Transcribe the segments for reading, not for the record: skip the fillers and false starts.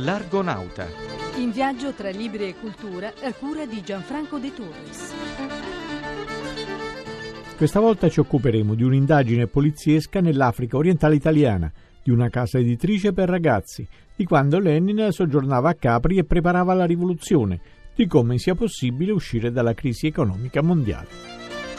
L'Argonauta. In viaggio tra libri e cultura a cura di Gianfranco De Torres. Questa volta ci occuperemo di un'indagine poliziesca nell'Africa orientale italiana, di una casa editrice per ragazzi, di quando Lenin soggiornava a Capri e preparava la rivoluzione, di come sia possibile uscire dalla crisi economica mondiale.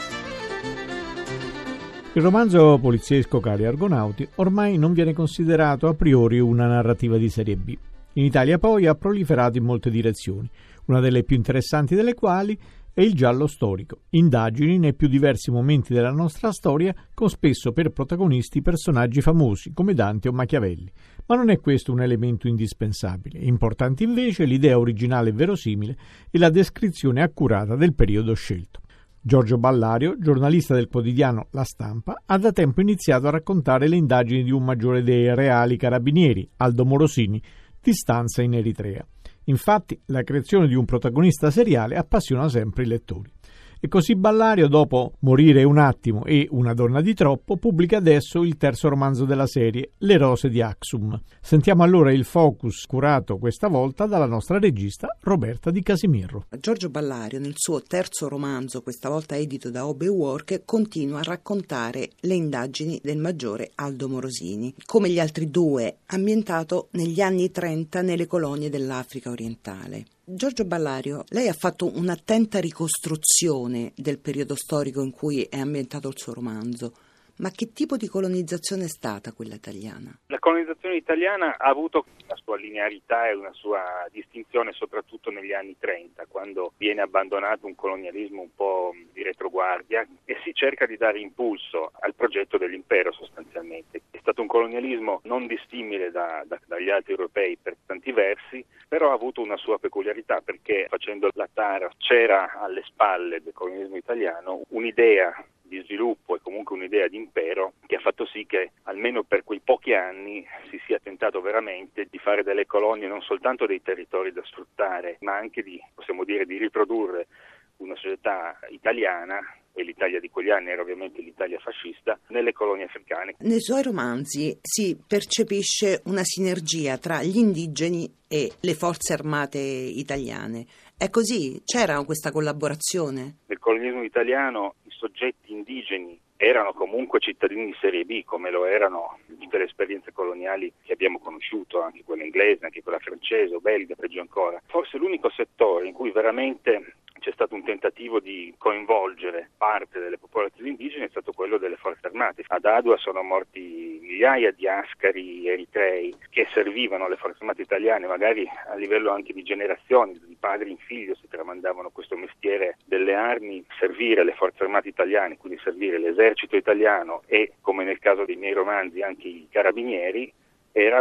Il romanzo poliziesco Cari Argonauti ormai non viene considerato a priori una narrativa di serie B. In Italia poi ha proliferato in molte direzioni, una delle più interessanti delle quali è il giallo storico, indagini nei più diversi momenti della nostra storia con spesso per protagonisti personaggi famosi come Dante o Machiavelli. Ma non è questo un elemento indispensabile. Importante invece l'idea originale e verosimile e la descrizione accurata del periodo scelto. Giorgio Ballario, giornalista del quotidiano La Stampa, ha da tempo iniziato a raccontare le indagini di un maggiore dei reali carabinieri, Aldo Morosini, di stanza in Eritrea. Infatti, la creazione di un protagonista seriale appassiona sempre i lettori. E così Ballario, dopo Morire un attimo e Una donna di troppo, pubblica adesso il terzo romanzo della serie, Le rose di Axum. Sentiamo allora il focus curato questa volta dalla nostra regista Roberta Di Casimirro. Giorgio Ballario, nel suo terzo romanzo, questa volta edito da Obe Work, continua a raccontare le indagini del maggiore Aldo Morosini, come gli altri due, ambientato negli anni 30 nelle colonie dell'Africa orientale. Giorgio Ballario, lei ha fatto un'attenta ricostruzione del periodo storico in cui è ambientato il suo romanzo. Ma che tipo di colonizzazione è stata quella italiana? La colonizzazione italiana ha avuto una sua linearità e una sua distinzione soprattutto negli anni 30, quando viene abbandonato un colonialismo un po' di retroguardia e si cerca di dare impulso al progetto dell'impero sostanzialmente. È stato un colonialismo non dissimile dagli altri europei per tanti versi, però ha avuto una sua peculiarità perché facendo la tara c'era alle spalle del colonialismo italiano un'idea di sviluppo e comunque un'idea di impero che ha fatto sì che almeno per quei pochi anni si sia tentato veramente di fare delle colonie non soltanto dei territori da sfruttare, ma anche di riprodurre una società italiana, e l'Italia di quegli anni era ovviamente l'Italia fascista, nelle colonie africane. Nei suoi romanzi si percepisce una sinergia tra gli indigeni e le forze armate italiane. È così? C'era questa collaborazione? Nel colonialismo italiano i soggetti indigeni erano comunque cittadini di serie B, come lo erano tutte le esperienze coloniali che abbiamo conosciuto, anche quella inglese, anche quella francese o belga, peggio ancora. Forse l'unico settore in cui veramente c'è stato un tentativo di coinvolgere parte delle popolazioni indigene è stato quello delle forze armate. Ad Adua sono morti migliaia di ascari eritrei che servivano alle forze armate italiane, magari a livello anche di generazioni, di padri in figlio si tramandavano questo mestiere delle armi, servire le forze armate italiane, quindi servire l'esercito italiano e, come nel caso dei miei romanzi, anche i carabinieri. Era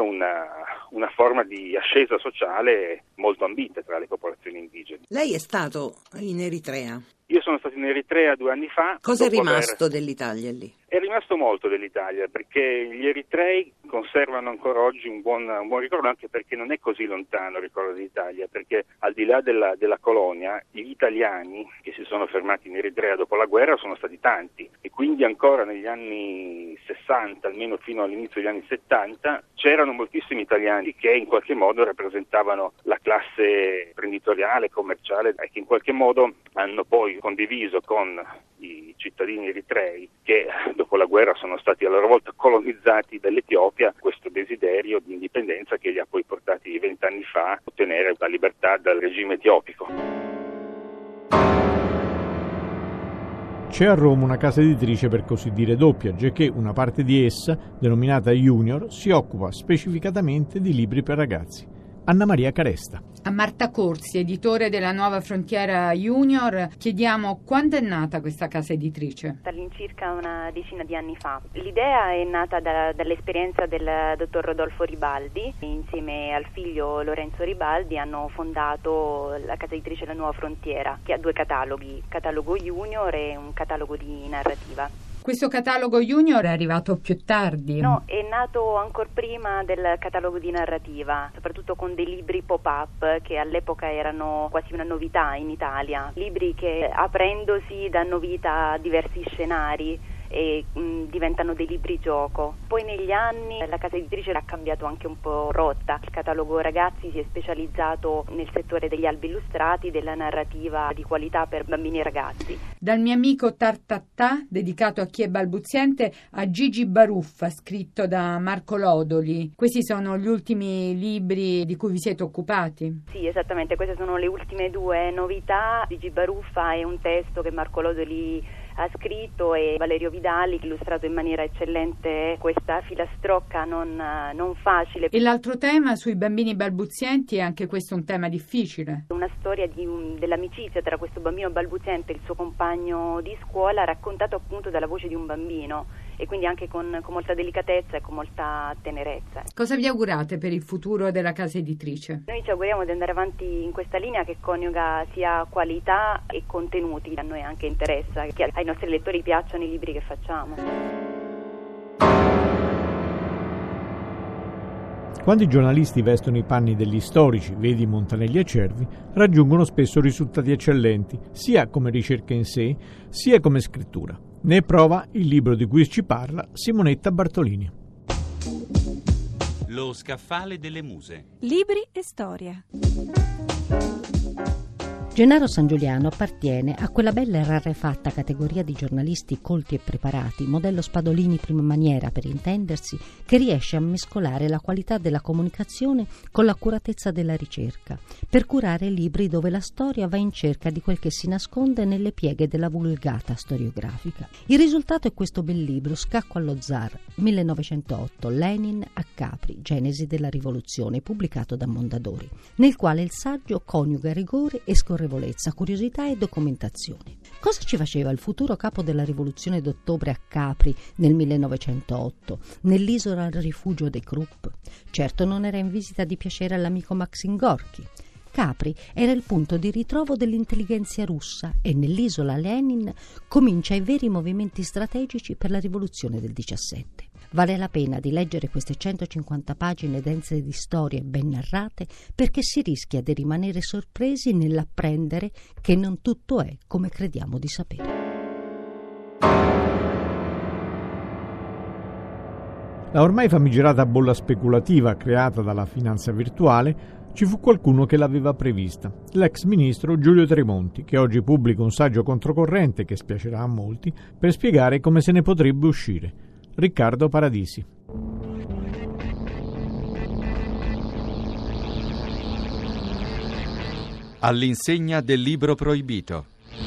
una forma di ascesa sociale molto ambita tra le popolazioni indigene. Lei è stato in Eritrea? Io sono stato in Eritrea 2 anni fa. Cosa è rimasto dell'Italia lì? È rimasto molto dell'Italia, perché gli eritrei conservano ancora oggi un buon ricordo, anche perché non è così lontano il ricordo dell'Italia, perché al di là della colonia, gli italiani che si sono fermati in Eritrea dopo la guerra sono stati tanti, e quindi ancora negli anni 60, almeno fino all'inizio degli anni 70, c'erano moltissimi italiani che in qualche modo rappresentavano la classe imprenditoriale, commerciale, e che in qualche modo hanno poi condiviso con i cittadini eritrei che dopo la guerra sono stati a loro volta colonizzati dall'Etiopia questo desiderio di indipendenza che li ha poi portati 20 anni fa a ottenere la libertà dal regime etiopico. C'è a Roma una casa editrice per così dire doppia, giacché una parte di essa, denominata Junior, si occupa specificatamente di libri per ragazzi. Anna Maria Caresta. A Marta Corsi, editore della Nuova Frontiera Junior, chiediamo quando è nata questa casa editrice. All'incirca una decina di anni fa. L'idea è nata dall'esperienza del dottor Rodolfo Ribaldi. Insieme al figlio Lorenzo Ribaldi hanno fondato la casa editrice La Nuova Frontiera, che ha 2 cataloghi, catalogo Junior e un catalogo di narrativa. Questo catalogo Junior è arrivato più tardi. No, è nato ancora prima del catalogo di narrativa, soprattutto con dei libri pop-up che all'epoca erano quasi una novità in Italia. Libri che aprendosi danno vita a diversi scenari e diventano dei libri gioco. Poi negli anni la casa editrice ha cambiato anche un po' rotta. Il catalogo ragazzi si è specializzato nel settore degli albi illustrati, della narrativa di qualità per bambini e ragazzi. Dal mio amico Tartattà, dedicato a chi è balbuziente, a Gigi Baruffa, scritto da Marco Lodoli. Questi sono gli ultimi libri di cui vi siete occupati? Sì, esattamente, queste sono le ultime due novità. Gigi Baruffa è un testo che Marco Lodoli ha scritto e Valerio Vidali illustrato in maniera eccellente questa filastrocca non facile. E l'altro tema sui bambini balbuzienti è anche questo un tema difficile. Una storia dell'amicizia tra questo bambino balbuziente e il suo compagno di scuola, raccontato appunto dalla voce di un bambino e quindi anche con molta delicatezza e con molta tenerezza. Cosa vi augurate per il futuro della casa editrice? Noi ci auguriamo di andare avanti in questa linea che coniuga sia qualità e contenuti. A noi anche interessa che ai nostri lettori piacciono i libri che facciamo. Quando i giornalisti vestono i panni degli storici, vedi Montanelli e Cervi, raggiungono spesso risultati eccellenti, sia come ricerca in sé, sia come scrittura. Ne è prova il libro di cui ci parla Simonetta Bartolini. Lo scaffale delle muse. Libri e storia. Gennaro San Giuliano appartiene a quella bella e rarefatta categoria di giornalisti colti e preparati, modello Spadolini prima maniera per intendersi, che riesce a mescolare la qualità della comunicazione con l'accuratezza della ricerca, per curare libri dove la storia va in cerca di quel che si nasconde nelle pieghe della vulgata storiografica. Il risultato è questo bel libro, Scacco allo Zar, 1908, Lenin a Capri, Genesi della rivoluzione, pubblicato da Mondadori, nel quale il saggio coniuga rigore e scorrevolezza, curiosità e documentazione. Cosa ci faceva il futuro capo della rivoluzione d'ottobre a Capri nel 1908, nell'isola al rifugio dei Krupp? Certo non era in visita di piacere all'amico Maxim Gorky. Capri era il punto di ritrovo dell'intelligenza russa e nell'isola Lenin comincia i veri movimenti strategici per la rivoluzione del 17. Vale la pena di leggere queste 150 pagine dense di storie ben narrate perché si rischia di rimanere sorpresi nell'apprendere che non tutto è come crediamo di sapere. La ormai famigerata bolla speculativa creata dalla finanza virtuale ci fu qualcuno che l'aveva prevista, l'ex ministro Giulio Tremonti, che oggi pubblica un saggio controcorrente che spiacerà a molti per spiegare come se ne potrebbe uscire. Riccardo Paradisi. All'insegna del libro proibito.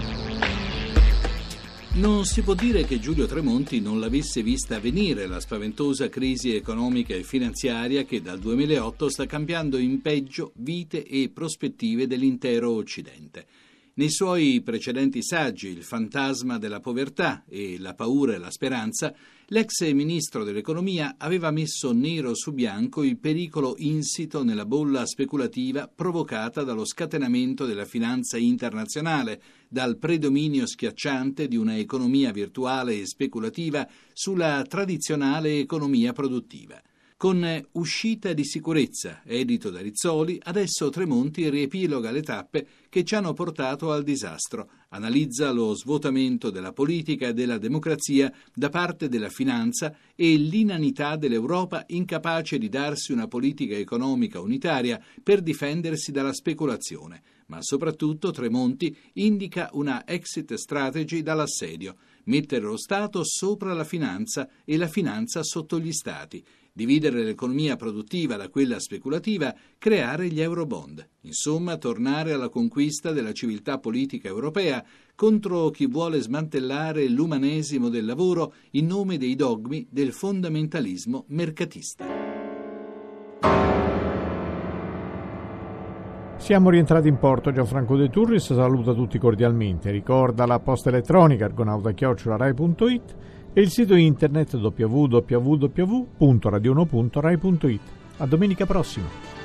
Non si può dire che Giulio Tremonti non l'avesse vista venire la spaventosa crisi economica e finanziaria che dal 2008 sta cambiando in peggio vite e prospettive dell'intero Occidente. Nei suoi precedenti saggi, Il fantasma della povertà e La paura e la speranza, l'ex ministro dell'economia aveva messo nero su bianco il pericolo insito nella bolla speculativa provocata dallo scatenamento della finanza internazionale, dal predominio schiacciante di una economia virtuale e speculativa sulla tradizionale economia produttiva. Con Uscita di sicurezza, edito da Rizzoli, adesso Tremonti riepiloga le tappe che ci hanno portato al disastro, analizza lo svuotamento della politica e della democrazia da parte della finanza e l'inanità dell'Europa incapace di darsi una politica economica unitaria per difendersi dalla speculazione. Ma soprattutto Tremonti indica una exit strategy dall'assedio, mettere lo Stato sopra la finanza e la finanza sotto gli Stati, dividere l'economia produttiva da quella speculativa, creare gli eurobond. Insomma, tornare alla conquista della civiltà politica europea contro chi vuole smantellare l'umanesimo del lavoro in nome dei dogmi del fondamentalismo mercatista. Siamo rientrati in porto. Gianfranco De Turris saluta tutti cordialmente. Ricorda la posta elettronica argonauta@rai.it e il sito internet www.radio1.rai.it. A domenica prossima.